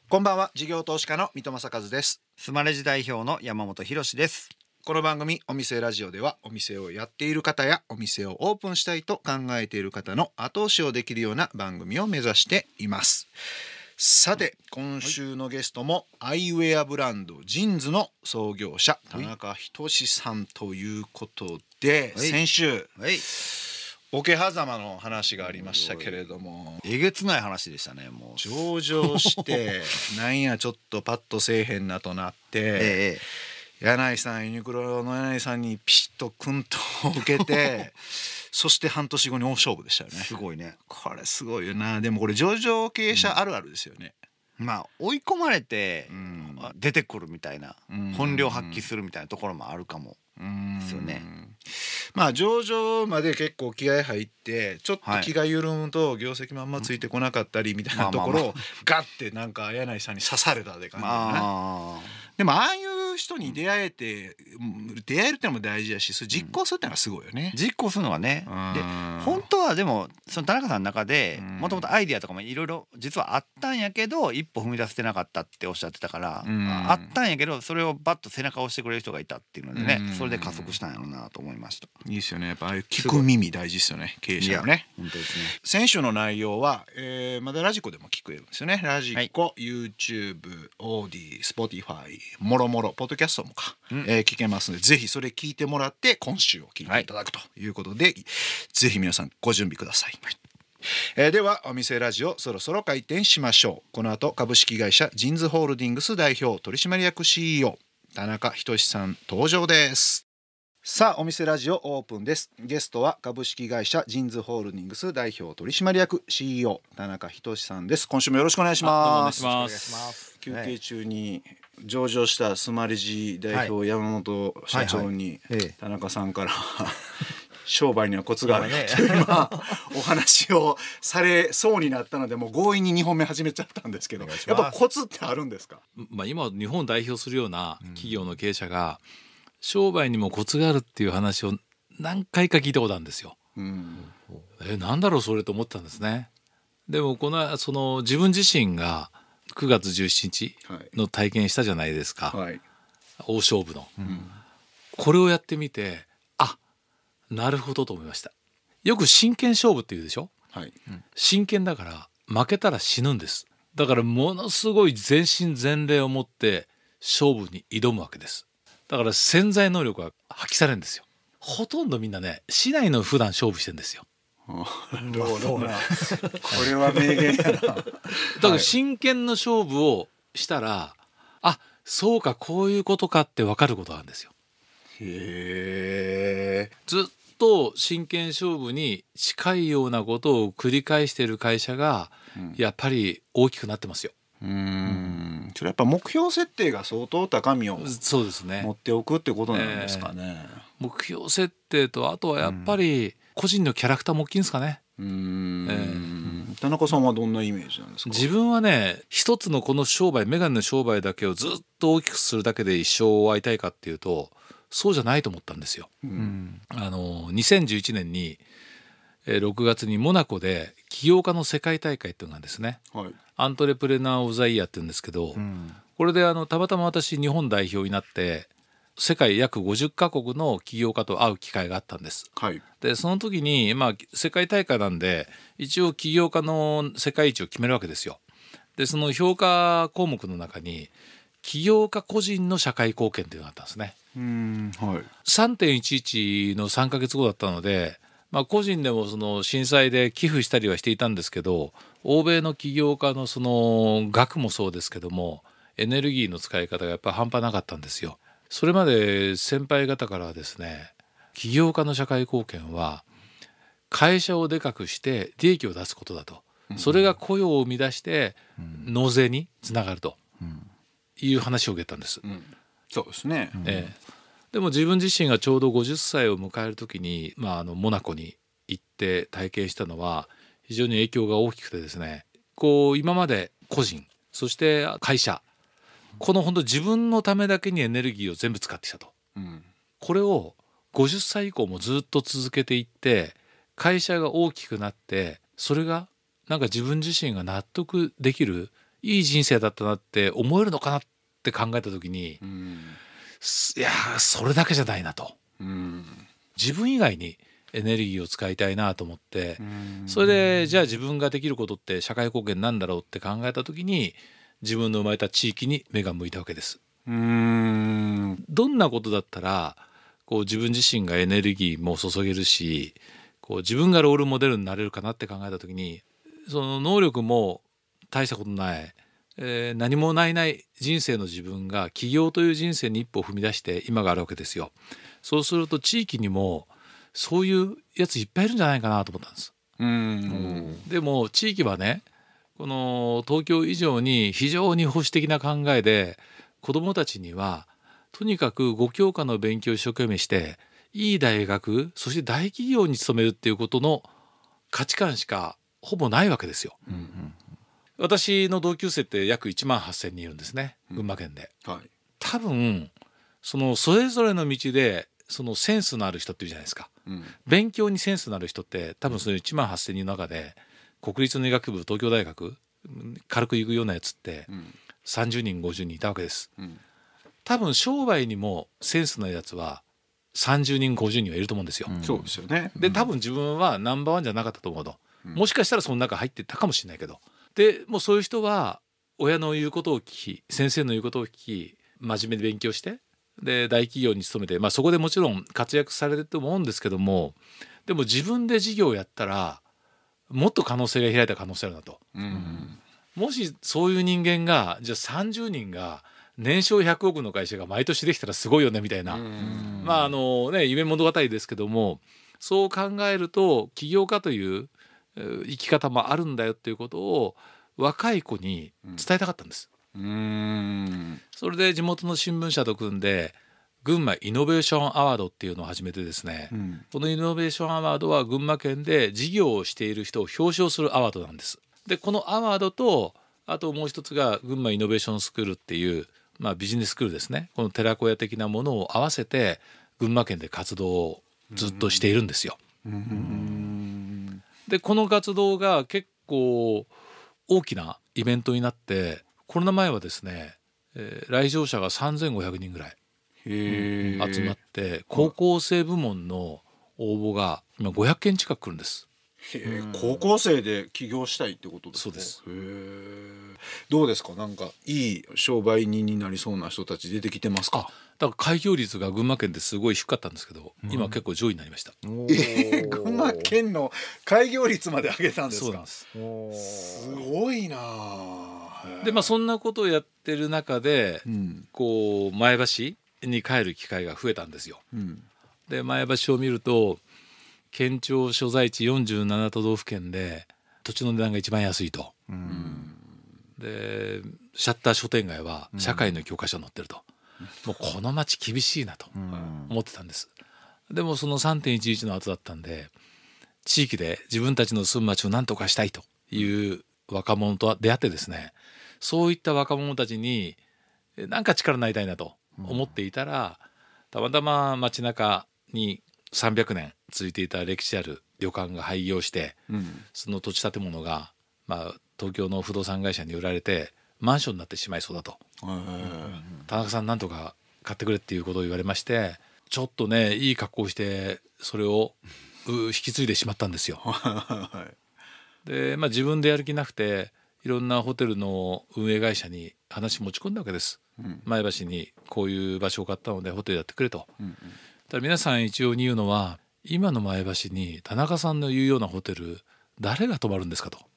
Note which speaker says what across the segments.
Speaker 1: こんばんは、事業投資家の三戸正和です。
Speaker 2: スマレジ代表の山本博です。
Speaker 1: この番組お店ラジオでは、お店をやっている方やお店をオープンしたいと考えている方の後押しをできるような番組を目指しています。さて、今週のゲストもアイウェアブランドジンズの創業者田中仁さんということで、先週桶狭間の話がありましたけれども、
Speaker 2: えげつない話でしたね。もう
Speaker 1: 上場してなんやちょっとパッとせえへんなとなって、柳井さん、ユニクロの柳井さんにピシッとクンと受けてそして半年後に大勝負でしたよね。
Speaker 2: すごいね。
Speaker 1: これすごいよな。でもこれ上場経営者あるあるですよね。
Speaker 2: まあ追い込まれて出てくるみたいな、本領発揮するみたいなところもあるかもですよね。
Speaker 1: まあ上場まで結構気合入ってちょっと気が緩むと業績もあんまついてこなかったりみたいなところをガッてなんか柳井さんに刺されたって感じだね。でもああいう人に出会えるってのも大事だし、それ実行するってのがすごいよね。
Speaker 2: 実行するのはね。で本当はでもその田中さんの中でもともとアイディアとかもいろいろ実はあったんやけど一歩踏み出せてなかったっておっしゃってたから、あったんやけどそれをバッと背中を押してくれる人がいたっていうのでね、それで加速したんやろうなと思いました。
Speaker 1: いいですよね。やっぱああいう聞く耳大事ですよね、経営者のね。
Speaker 2: 本当ですね。
Speaker 1: 先週の内容は、まだラジコでも聞けるんですよね。ラジコ、YouTube、オーディ、Spotify、もろもろポッドキャストも聞けますので、ぜひそれ聞いてもらって今週を聞いていただくということで、ぜひ皆さんご準備ください。ではお店ラジオそろそろ開店しましょう。この後株式会社ジンズホールディングス代表取締役 CEO 田中仁さん登場です。さあお店ラジオオープンです。ゲストは株式会社ジンズホールディングス代表取締役 CEO 田中仁さんです。今週もよろしくお願いします。休憩中に上場したスマレジ代表山本社長に田中さんから商売にはコツがあるというお話をされそうになったので、もう強引に2本目始めちゃったんですけど、やっぱコツってあるんですか？
Speaker 3: 今日本を代表するような企業の経営者が商売にもコツがあるっていう話を何回か聞いたことあるんですよ。なんだろうそれと思ったんですね。でもその自分自身が9月17日の体験したじゃないですか、大勝負の、これをやってみてなるほどと思いました。よく真剣勝負って言うでしょ、真剣だから負けたら死ぬんです。だからものすごい全身全霊を持って勝負に挑むわけです。だから潜在能力が発揮されるんですよ。ほとんどみんなね市内の普段勝負してるんですよ。
Speaker 1: これは名言やな。だ
Speaker 3: から真剣の勝負をしたらそうかこういうことかって分かることなんですよ。ずっと真剣勝負に近いようなことを繰り返している会社がやっぱり大きくなってますよ。
Speaker 1: それやっぱ目標設定が相当高みを持っておくってことなんですかね。
Speaker 3: 目標設定とあとはやっぱり個人のキャラクターも大きいんですかね。
Speaker 1: 田中さんはどんなイメージなんですか？
Speaker 3: 自分はね一つのこの商売メガネの商売だけをずっと大きくするだけで一生を終いたいかっていうとそうじゃないと思ったんですよ。2011年に6月にモナコで起業家の世界大会っていうのがあるんですね、アントレプレナー・オブ・ザ・イヤーって言うんですけど、これでたまたま私日本代表になって世界約50カ国の起業家と会う機会があったんです、でその時に世界大会なんで一応起業家の世界一を決めるわけですよ。でその評価項目の中に起業家個人の社会貢献っていうのがあったんですね。3.11 の3ヶ月後だったので、個人でもその震災で寄付したりはしていたんですけど、欧米の起業家のその額もそうですけどもエネルギーの使い方がやっぱり半端なかったんですよ。それまで先輩方からはですね、起業家の社会貢献は会社をでかくして利益を出すことだと、それが雇用を生み出して納税につながるという話を受けたんです、
Speaker 1: そうですね、
Speaker 3: でも自分自身がちょうど50歳を迎える時に、モナコに行って体験したのは非常に影響が大きくてですね、今まで個人そして会社、この本当自分のためだけにエネルギーを全部使ってきたと、これを50歳以降もずっと続けていって会社が大きくなって、それがなんか自分自身が納得できるいい人生だったなって思えるのかなって考えた時に、いやそれだけじゃないなと、自分以外にエネルギーを使いたいなと思って、それでじゃあ自分ができることって社会貢献なんだろうって考えた時に自分の生まれた地域に目が向いたわけです。どんなことだったらこう自分自身がエネルギーも注げるし、こう自分がロールモデルになれるかなって考えた時に、その能力も大したことない、何もない人生の自分が起業という人生に一歩踏み出して今があるわけですよ。そうすると地域にもそういうやついっぱいいるんじゃないかなと思ったんです。でも地域はね、この東京以上に非常に保守的な考えで、子どもたちにはとにかく5教科の勉強を一生懸命していい大学、そして大企業に勤めるっていうことの価値観しかほぼないわけですよ。私の同級生って約1万8,000人いるんですね、群馬県で。多分そのそれぞれの道でそのセンスのある人っていうじゃないですか、勉強にセンスのある人って多分その1万8,000人の中で国立の医学部、東京大学軽く行くようなやつって30人50人いたわけです。多分商売にもセンスのやつは30人50人はいると思うんですよ。
Speaker 1: そうですよね。
Speaker 3: で多分自分はナンバーワンじゃなかったと思うと、もしかしたらその中入ってたかもしれないけど、でもうそういう人は親の言うことを聞き、先生の言うことを聞き、真面目に勉強して、で大企業に勤めて、そこでもちろん活躍されると思うんですけども、でも自分で事業をやったらもっと可能性が開いた可能性あるなと、もしそういう人間がじゃあ30人が年商100億の会社が毎年できたらすごいよねみたいな、夢物語ですけども、そう考えると起業家という生き方もあるんだよっていうことを若い子に伝えたかったんです。それで地元の新聞社と組んで群馬イノベーションアワードっていうのを始めてですね、このイノベーションアワードは群馬県で事業をしている人を表彰するアワードなんです。でこのアワードとあともう一つが群馬イノベーションスクールっていう、ビジネススクールですね、この寺子屋的なものを合わせて群馬県で活動をずっとしているんですよ。でこの活動が結構大きなイベントになって、コロナ前はですね、来場者が3,500人ぐらい集まって、高校生部門の応募が今500件近く来るんです。
Speaker 1: 高校生で起業したいってことですか？
Speaker 3: そうです。
Speaker 1: どうですか、なんかいい商売人になりそうな人たち出てきてますか？
Speaker 3: だから開業率が群馬県ですごい低かったんですけど、今結構上位になりました。
Speaker 1: 群馬県の開業率まで上げたんですか？
Speaker 3: そうなんです。
Speaker 1: すごいな。
Speaker 3: でそんなことをやってる中で、こう前橋に帰る機会が増えたんですよ。で前橋を見ると県庁所在地47都道府県で土地の値段が一番安いと、でシャッター商店街は社会の教科書に載ってると、もうこの町厳しいなと思ってたんです。でもその 3.11 の後だったんで、地域で自分たちの住む町を何とかしたいという若者と出会ってですね、そういった若者たちに何か力になりたいなと思っていたら、たまたま街中に300年続いていた歴史ある旅館が廃業して、その土地建物が、東京の不動産会社に売られてマンションになってしまいそうだと、田中さんなんとか買ってくれっていうことを言われまして、ちょっとねいい格好をしてそれを引き継いでしまったんですよ。で、自分でやる気なくていろんなホテルの運営会社に話持ち込んだわけです。前橋にこういう場所を買ったのでホテルやってくれと。ただ皆さん一応に言うのは、今の前橋に田中さんの言うようなホテル誰が泊まるんですかと。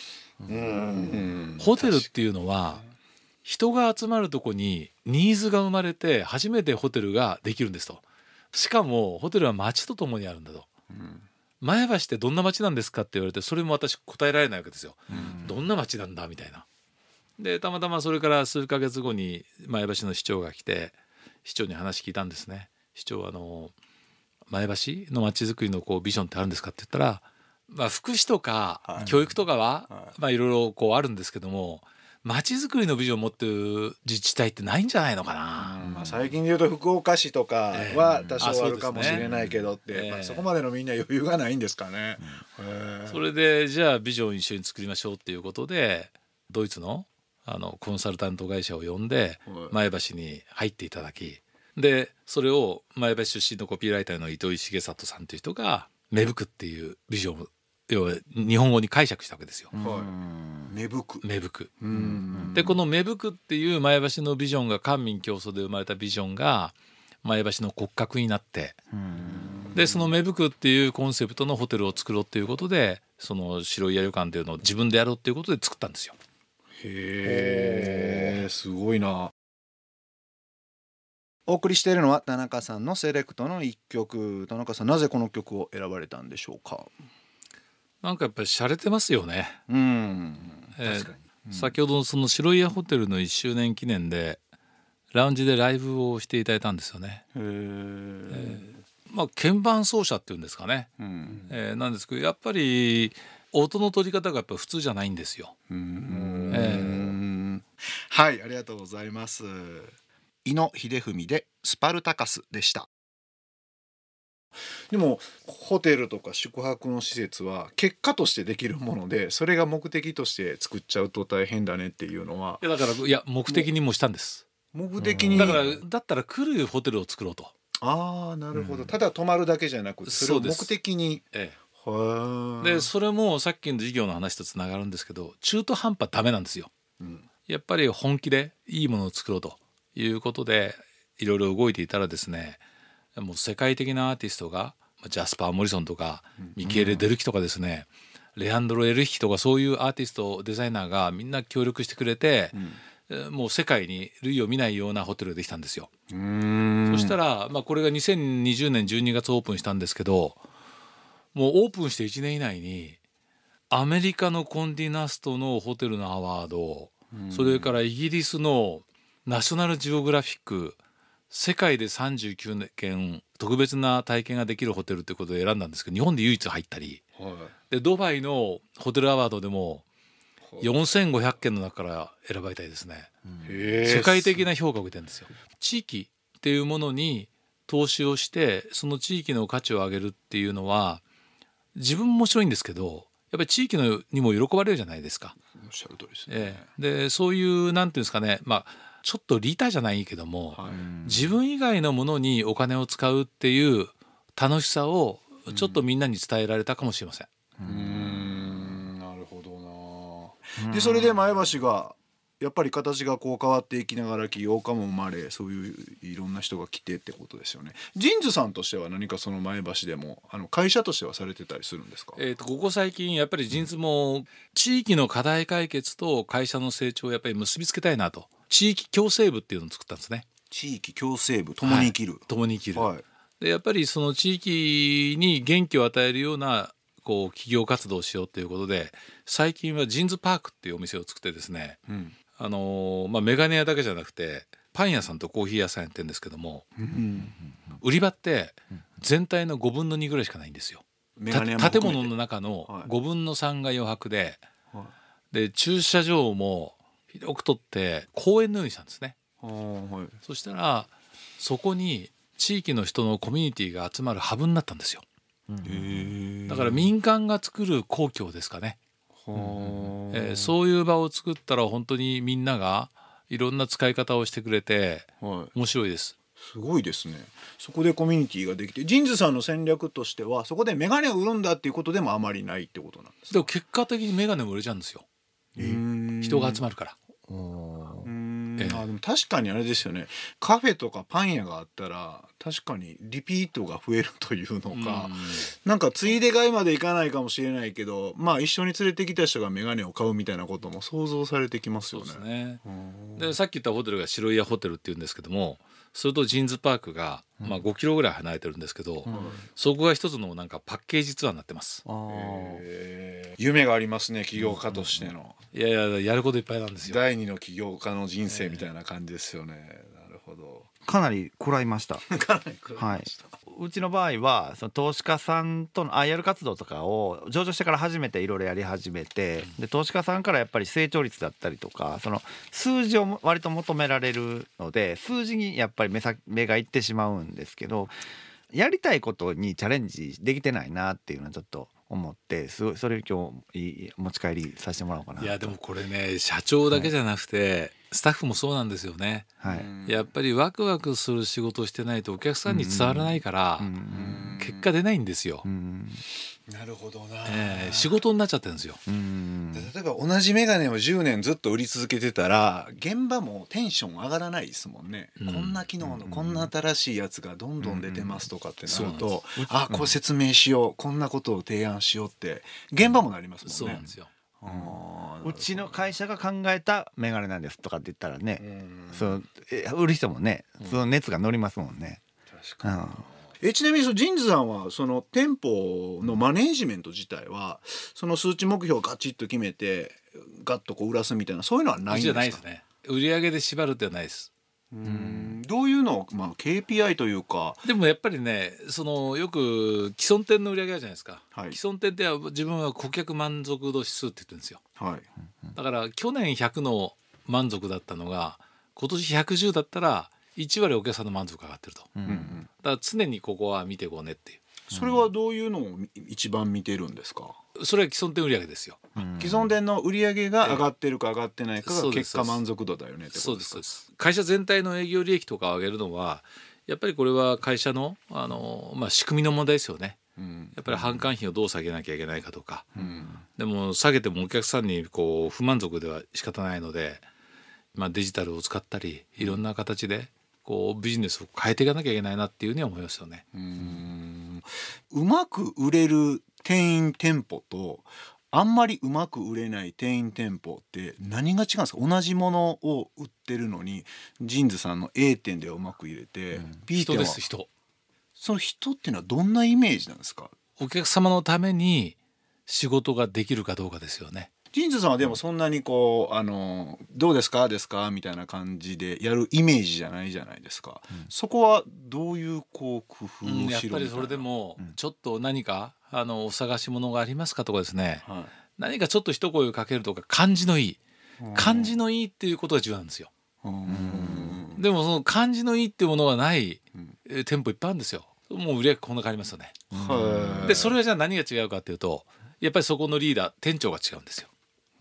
Speaker 3: ホテルっていうのは人が集まるとこにニーズが生まれて初めてホテルができるんですと。しかもホテルは街とともにあるんだと。前橋ってどんな街なんですかって言われて、それも私答えられないわけですよ。どんな街なんだみたいな。でたまたまそれから数ヶ月後に前橋の市長が来て、市長に話聞いたんですね。市長は前橋の街づくりのビジョンってあるんですかって言ったら、福祉とか教育とかはいろいろあるんですけども、街づくりのビジョンを持ってる自治体ってないんじゃないのかな。
Speaker 1: 最近で言うと福岡市とかは多少あるかもしれないけどって、そこまでのみんな余裕がないんですかね。
Speaker 3: それでじゃあビジョン一緒に作りましょうっていうことで、ドイツのコンサルタント会社を呼んで前橋に入っていただき、でそれを前橋出身のコピーライターの糸井重里さんという人が芽吹くっていうビジョンを要は日本語に解釈したわけですよ。
Speaker 1: 芽吹く。
Speaker 3: 芽吹く。でこの芽吹くっていう前橋のビジョンが官民競争で生まれたビジョンが前橋の骨格になって、でその芽吹くっていうコンセプトのホテルを作ろうということで、その白い屋旅館っていうのを自分でやろうっていうことで作ったんですよ。
Speaker 1: へえ、すごいな。お送りしているのは田中さんのセレクトの一曲。田中さん、なぜこの曲を選ばれたんでしょうか。
Speaker 3: なんかやっぱり洒落てますよね。
Speaker 1: 確かに。
Speaker 3: 先ほどのその白い屋ホテルの1周年記念でラウンジでライブをしていただいたんですよね。鍵盤奏者っていうんですかね、なんですけどやっぱり音の取り方がやっぱ普通じゃないんですよ。
Speaker 1: はい、ありがとうございます。井野秀文でスパルタカスでした。でもホテルとか宿泊の施設は結果としてできるもので、それが目的として作っちゃうと大変だねっていうのは。
Speaker 3: だから目的にもしたんです。
Speaker 1: 目的に
Speaker 3: だったら来るホテルを作ろうと。
Speaker 1: ああ、なるほど。ただ泊まるだけじゃなくてそれを目的に。
Speaker 3: でそれもさっきの事業の話とつながるんですけど、中途半端ダメなんですよ。やっぱり本気でいいものを作ろうということでいろいろ動いていたらですね、もう世界的なアーティストがジャスパー・モリソンとかミケーレ・デルキとかですね、レアンドロ・エルヒとかそういうアーティストデザイナーがみんな協力してくれて、もう世界に類を見ないようなホテルができたんですよ。そしたら、これが2020年12月オープンしたんですけど、もうオープンして1年以内にアメリカのコンディナストのホテルのアワード、それからイギリスのナショナルジオグラフィック世界で39件特別な体験ができるホテルということで選んだんですけど、日本で唯一入ったり、でドバイのホテルアワードでも4500件の中から選ばれたいですね。世界的な評価を受けてるんですよ。地域っていうものに投資をしてその地域の価値を上げるっていうのは自分も面白いんですけど、やっぱり地域にも喜ばれるじゃないですか。
Speaker 1: おっしゃる通りですね。
Speaker 3: でそういうなんていうんですかね、ちょっと利他じゃないけども、自分以外のものにお金を使うっていう楽しさをちょっとみんなに伝えられたかもしれません。
Speaker 1: なるほどな。でそれで前橋がやっぱり形がこう変わっていきながら起業家も生まれ、そういういろんな人が来てってことですよね。ジンズさんとしては何かその前橋でも会社としてはされてたりするんですか。
Speaker 3: ここ最近やっぱりジンズも地域の課題解決と会社の成長をやっぱり結びつけたいなと、地域共生部っていうのを作ったんですね。
Speaker 1: 地域共生部、共に生きる、
Speaker 3: 共に生きる、でやっぱりその地域に元気を与えるような企業活動をしようということで、最近はジンズパークっていうお店を作ってですね、メガネ屋だけじゃなくてパン屋さんとコーヒー屋さんやってるんですけども、売り場って全体の5分の2ぐらいしかないんですよ。建物の中の5分の3が余白で、で駐車場も広く取って公園のようにしたんですね。そしたらそこに地域の人のコミュニティが集まるハブになったんですよ。だから民間が作る公共ですかね。そういう場を作ったら本当にみんながいろんな使い方をしてくれて面白いです。
Speaker 1: すごいですね。そこでコミュニティができて、ジンズさんの戦略としてはそこでメガネを売るんだっていうことでもあまりないってことなんですか。
Speaker 3: でも結果的にメガネも売れちゃうんですよ。人が集まるから。
Speaker 1: でも確かにあれですよね。カフェとかパン屋があったら確かにリピートが増えるというのか、なんかついで買いまでいかないかもしれないけど、一緒に連れてきた人がメガネを買うみたいなことも想像されてきますよね。
Speaker 3: そうですね。でさっき言ったホテルが白い屋ホテルっていうんですけども、それとジンズパークが、5キロぐらい離れてるんですけど、そこが一つのなんかパッケージツアーになってます。
Speaker 1: 夢がありますね、起業家としての。
Speaker 3: いややることいっぱいなんですよ。
Speaker 1: 第二の起業家の人生みたいな感じですよね。なるほど。
Speaker 2: かなり食らいました。
Speaker 1: かなり食らいました。
Speaker 2: うちの場合はその投資家さんとの IR 活動とかを上場してから初めていろいろやり始めて、で投資家さんからやっぱり成長率だったりとかその数字を割と求められるので、数字にやっぱり目がいってしまうんですけど、やりたいことにチャレンジできてないなっていうのはちょっと思ってすごいそれ今日持ち帰りさせてもらおうかな。
Speaker 3: いやでもこれね社長だけじゃなくて、スタッフもそうなんですよね。
Speaker 2: はい、
Speaker 3: やっぱりワクワクする仕事をしてないとお客さんに伝わらないから、結果出ないんですよ。
Speaker 1: なるほどな、
Speaker 3: 仕事になっちゃってるんですよ。
Speaker 1: 例えば同じメガネを10年ずっと売り続けてたら現場もテンション上がらないですもんね、こんな機能のこんな新しいやつがどんどん出てますとかってなると、あ、こう説明しよう、こんなことを提案しようって現場もなりますもんね。
Speaker 3: そうなんですよ。
Speaker 2: うちの会社が考えたメガネなんですとかって言ったらね、売る人もねその熱が乗りますもんね。
Speaker 1: 確かに。ちなみにジンズさんはその店舗のマネージメント自体はその数値目標をガチッと決めてガッとこう売らすみたいなそういうのはないんですか？
Speaker 3: じゃないですね。売り上げで縛るってはないです。
Speaker 1: どういうのを、KPI というか。
Speaker 3: でもやっぱりねよく既存店の売り上げあるじゃないですか、
Speaker 1: はい、
Speaker 3: 既存店って自分は顧客満足度指数って言ってるんですよ、
Speaker 1: はい、
Speaker 3: だから去年100の満足だったのが今年110だったら1割お客さんの満足が上がってると、だから常にここは見ていこうねっていう。
Speaker 1: それはどういうのを一番見てるんですか？
Speaker 3: それは既存店売上ですよ。
Speaker 1: 既存店の売上が上がってるか上がってないかが結果満足度だよねってことですか？
Speaker 3: そうです。会社全体の営業利益とかを上げるのはやっぱりこれは会社の、仕組みの問題ですよね。やっぱり販管費をどう下げなきゃいけないかとか、でも下げてもお客さんにこう不満足では仕方ないので、デジタルを使ったりいろんな形でこうビジネスを変えていかなきゃいけないなっていうふうには思いますよね。
Speaker 1: うまく売れる店員店舗とあんまりうまく売れない店員店舗って何が違うんですか？同じものを売ってるのにジンズさんの A 店ではうまく入れて、B 店は
Speaker 3: 人です。人。
Speaker 1: その人っていうのはどんなイメージなんですか？
Speaker 3: お客様のために仕事ができるかどうかですよね。
Speaker 1: ジンズさんはでもそんなにこうどうですかみたいな感じでやるイメージじゃないじゃないですか、そこはどういうこう工夫をしろみたいな、
Speaker 3: やっぱりそれでもちょっと何かお探し物がありますかとかですね、何かちょっと一声をかけるとか感じのいいっていうことが重要なんですよ。でもその感じのいいっていうものがない店舗いっぱいあるんですよ。もう売り上げこんな変わりますよね。でそれはじゃあ何が違うかっていうとやっぱりそこのリーダー店長が違うんですよ。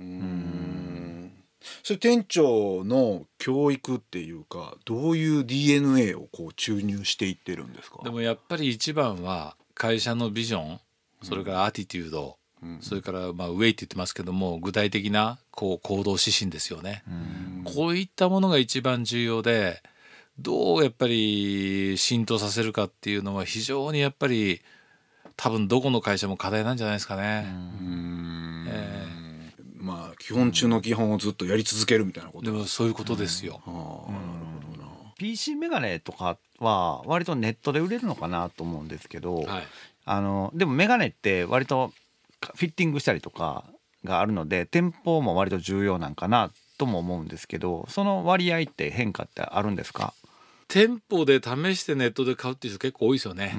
Speaker 1: それ店長の教育っていうかどういう DNA をこう注入していってるんですか？
Speaker 3: でもやっぱり一番は会社のビジョン、それからアティテュード、それからウェイって言ってますけども具体的なこう行動指針ですよね。こういったものが一番重要でどうやっぱり浸透させるかっていうのは非常にやっぱり多分どこの会社も課題なんじゃないですかね。
Speaker 1: 基本中の基本をずっとやり続けるみたいなこと。
Speaker 3: でもそういうことですよ。
Speaker 1: なるほどな。
Speaker 2: PC メガネとかは割とネットで売れるのかなと思うんですけど、でもメガネって割とフィッティングしたりとかがあるので店舗も割と重要なんかなとも思うんですけど、その割合って変化ってあるんですか？
Speaker 3: 店舗で試してネットで買うっていう人結構多いですよね。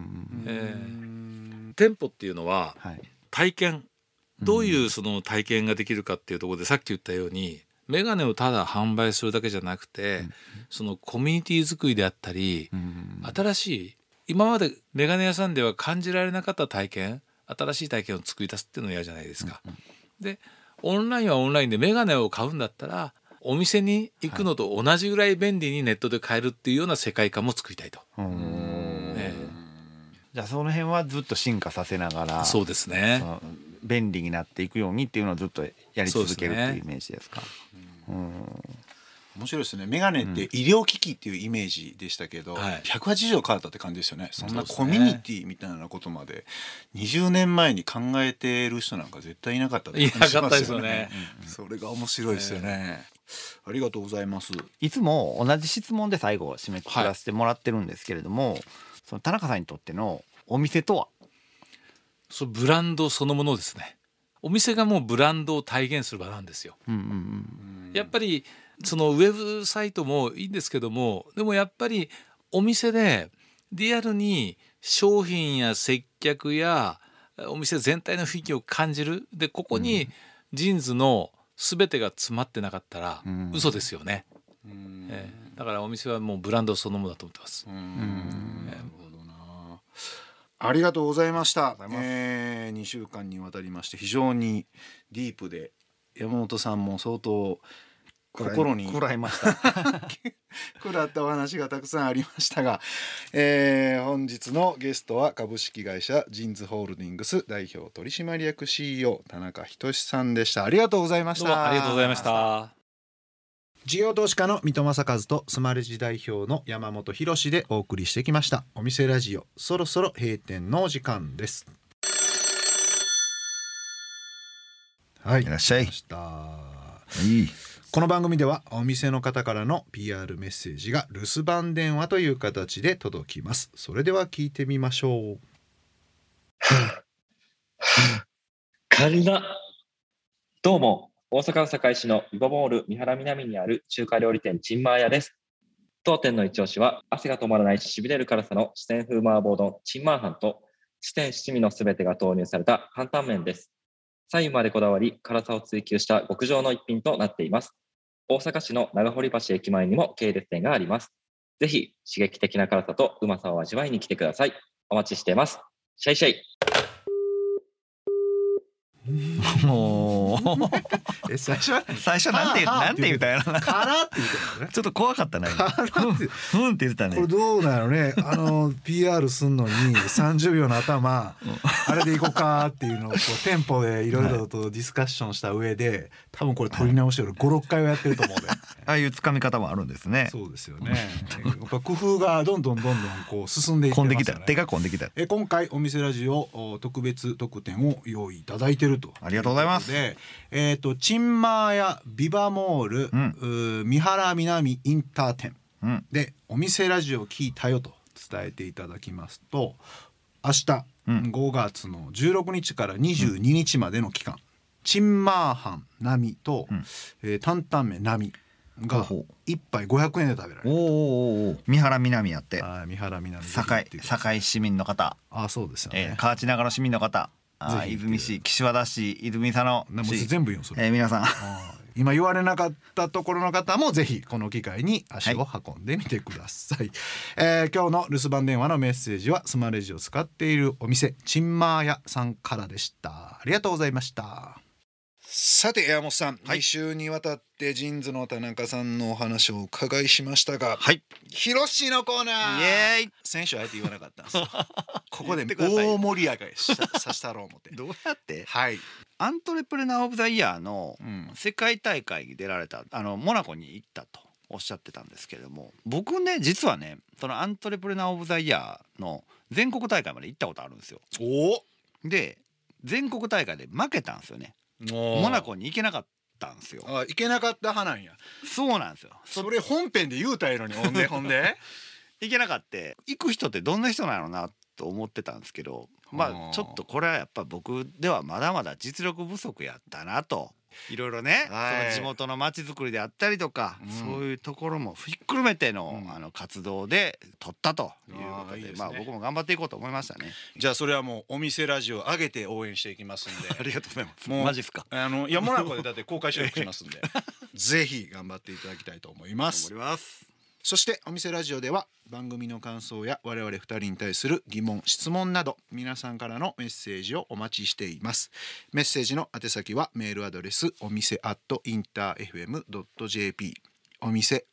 Speaker 3: 店舗っていうのは体験、どういうその体験ができるかっていうところでさっき言ったようにメガネをただ販売するだけじゃなくて、そのコミュニティ作りであったり、新しい今までメガネ屋さんでは感じられなかった体験、新しい体験を作り出すっていうのをやるじゃないですか。でオンラインはオンラインでメガネを買うんだったらお店に行くのと同じぐらい便利にネットで買えるっていうような世界観も作りたいと。
Speaker 2: じゃあその辺はずっと進化させながら、
Speaker 3: そうですね、
Speaker 2: 便利になっていくようにっていうのをずっとやり続けるっていうイメージですか？
Speaker 1: 面白いですね。メガネって医療機器っていうイメージでしたけど、180度変わったって感じですよね。そんなコミュニティみたいなことまで20年前に考えてる人なんか絶対いなかったって感じしますよね。それが面白いですよね。ありがとうございます。
Speaker 2: いつも同じ質問で最後締めくくらせてもらってるんですけれども、その田中さんにとってのお店とは？
Speaker 3: そうブランドそのものですね。お店がもうブランドを体現する場なんですよ。やっぱりそのウェブサイトもいいんですけども、でもやっぱりお店でリアルに商品や接客やお店全体の雰囲気を感じる。でここにジーンズの全てが詰まってなかったら嘘ですよね。だからお店はもうブランドそのものだと思ってます。
Speaker 1: ありがとうございました。
Speaker 2: ありがとうございます
Speaker 1: 2週間にわたりまして非常にディープで、山本さんも相当心に
Speaker 2: 食らいました
Speaker 1: 食らったお話がたくさんありましたが、本日のゲストは株式会社ジンズホールディングス代表取締役 CEO 田中仁さんでした。ありがとうございました。
Speaker 3: どうもありがとうございました。
Speaker 1: 事業投資家の三戸正和とスマレジ代表の山本博でお送りしてきましたお店ラジオ、そろそろ閉店のお時間です。はい、
Speaker 2: いらっしゃい。
Speaker 1: いい。この番組ではお店の方からの PR メッセージが留守番電話という形で届きます。それでは聞いてみましょう。
Speaker 4: カリナ。どうも、大阪府堺市のビバモール三原南にある中華料理店チンマーヤです。当店の一押しは汗が止まらないしびれる辛さの四川風麻婆丼チンマーハンと四川七味のすべてが投入された担々麺です。左右までこだわり辛さを追求した極上の一品となっています。大阪市の長堀橋駅前にも系列店があります。ぜひ刺激的な辛さとうまさを味わいに来てください。お待ちしています。シャイシャイ。
Speaker 2: もう
Speaker 1: 最初
Speaker 2: なんて言ったんやろな。
Speaker 1: カラーって言ったのね。
Speaker 2: ちょっと怖かったな。
Speaker 1: カラーって
Speaker 2: ふんって言ってたね。
Speaker 1: これどうなのね。PR すんのに30秒の頭あれでいこうかっていうのをこうテンポでいろいろとディスカッションした上で、多分これ取り直して俺 5,6 回はやってると思うで。
Speaker 2: ああいう掴み方もあるんですね。
Speaker 1: そうですよね。やっぱ工夫がどんどんこう進んでいってますからね。
Speaker 2: 手が込んできた。
Speaker 1: 今回お店ラジオ特別特典を用意いただいていると。
Speaker 2: ありがとうございます。
Speaker 1: で、チンマーヤビバモール、三原南インター店、でお店ラジオ聞いたよと伝えていただきますと、明日、5月の16日から22日までの期間、チンマーハン並と、担々麺並が1杯500円で食べられる。
Speaker 2: お三原南やって。
Speaker 1: 三原南
Speaker 2: 堺市民の方。
Speaker 1: そうですよね。
Speaker 2: 河内長野市民の方。泉市、岸和田市、泉佐野市、
Speaker 1: 全部言うんそれ。
Speaker 2: 皆さん
Speaker 1: 今言われなかったところの方もぜひこの機会に足を運んでみてください。今日の留守番電話のメッセージはスマレジを使っているお店チンマーヤさんからでした。ありがとうございました。さて山本さん、2週にわたってジンズの田中さんのお話をお伺いしましたが、ひろしのコーナー。
Speaker 2: イエーイ。
Speaker 1: 先週あえて言わなかったんですよ。ここで大盛り上がりさせたろう思って。
Speaker 2: どうやって？
Speaker 1: はい。
Speaker 2: アントレプレナーオブザイヤーの世界大会に出られたモナコに行ったとおっしゃってたんですけれども、僕ね実はねそのアントレプレナーオブザイヤーの全国大会まで行ったことあるんですよ。で全国大会で負けたんですよね。モナコに行けなかったんですよ。
Speaker 1: 行けなかった派なんや。
Speaker 2: そうなんですよ。
Speaker 1: それ本編で言うたやのにほんで
Speaker 2: 行けなかった。行く人ってどんな人なのなと思ってたんですけど、ちょっとこれはやっぱ僕ではまだまだ実力不足やったなと。いろいろね、その地元の町づくりであったりとか、そういうところもひっくるめての、活動で取ったということで、僕も頑張っていこうと思いましたね。
Speaker 1: じゃあそれはもうお店ラジオ上げて応援していきますんで。
Speaker 2: ありがとうございます。
Speaker 1: もう
Speaker 2: マジっすか。
Speaker 1: いやモナコでだって公開収録しますんでぜひ頑張っていただきたいと思います。
Speaker 2: 頑張ります。
Speaker 1: そしてお店ラジオでは番組の感想や我々2人に対する疑問質問など皆さんからのメッセージをお待ちしています。メッセージの宛先はメールアドレスお店@interfm.jp お店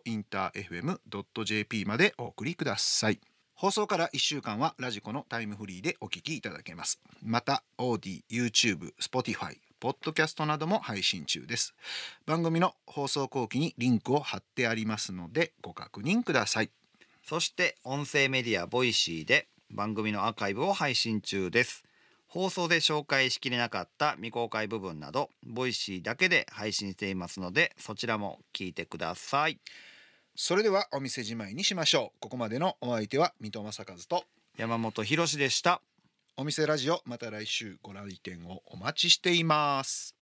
Speaker 1: @interfm.jp までお送りください。放送から1週間はラジコのタイムフリーでお聞きいただけます。また OD、YouTube、Spotifyポッドキャストなども配信中です。番組の放送後期にリンクを貼ってありますのでご確認ください。
Speaker 2: そして音声メディアボイシーで番組のアーカイブを配信中です。放送で紹介しきれなかった未公開部分などボイシーだけで配信していますのでそちらも聞いてください。
Speaker 1: それではお店じまいにしましょう。ここまでのお相手は三戸正和と
Speaker 2: 山本博でした。
Speaker 1: お店ラジオ、また来週ご来店をお待ちしています。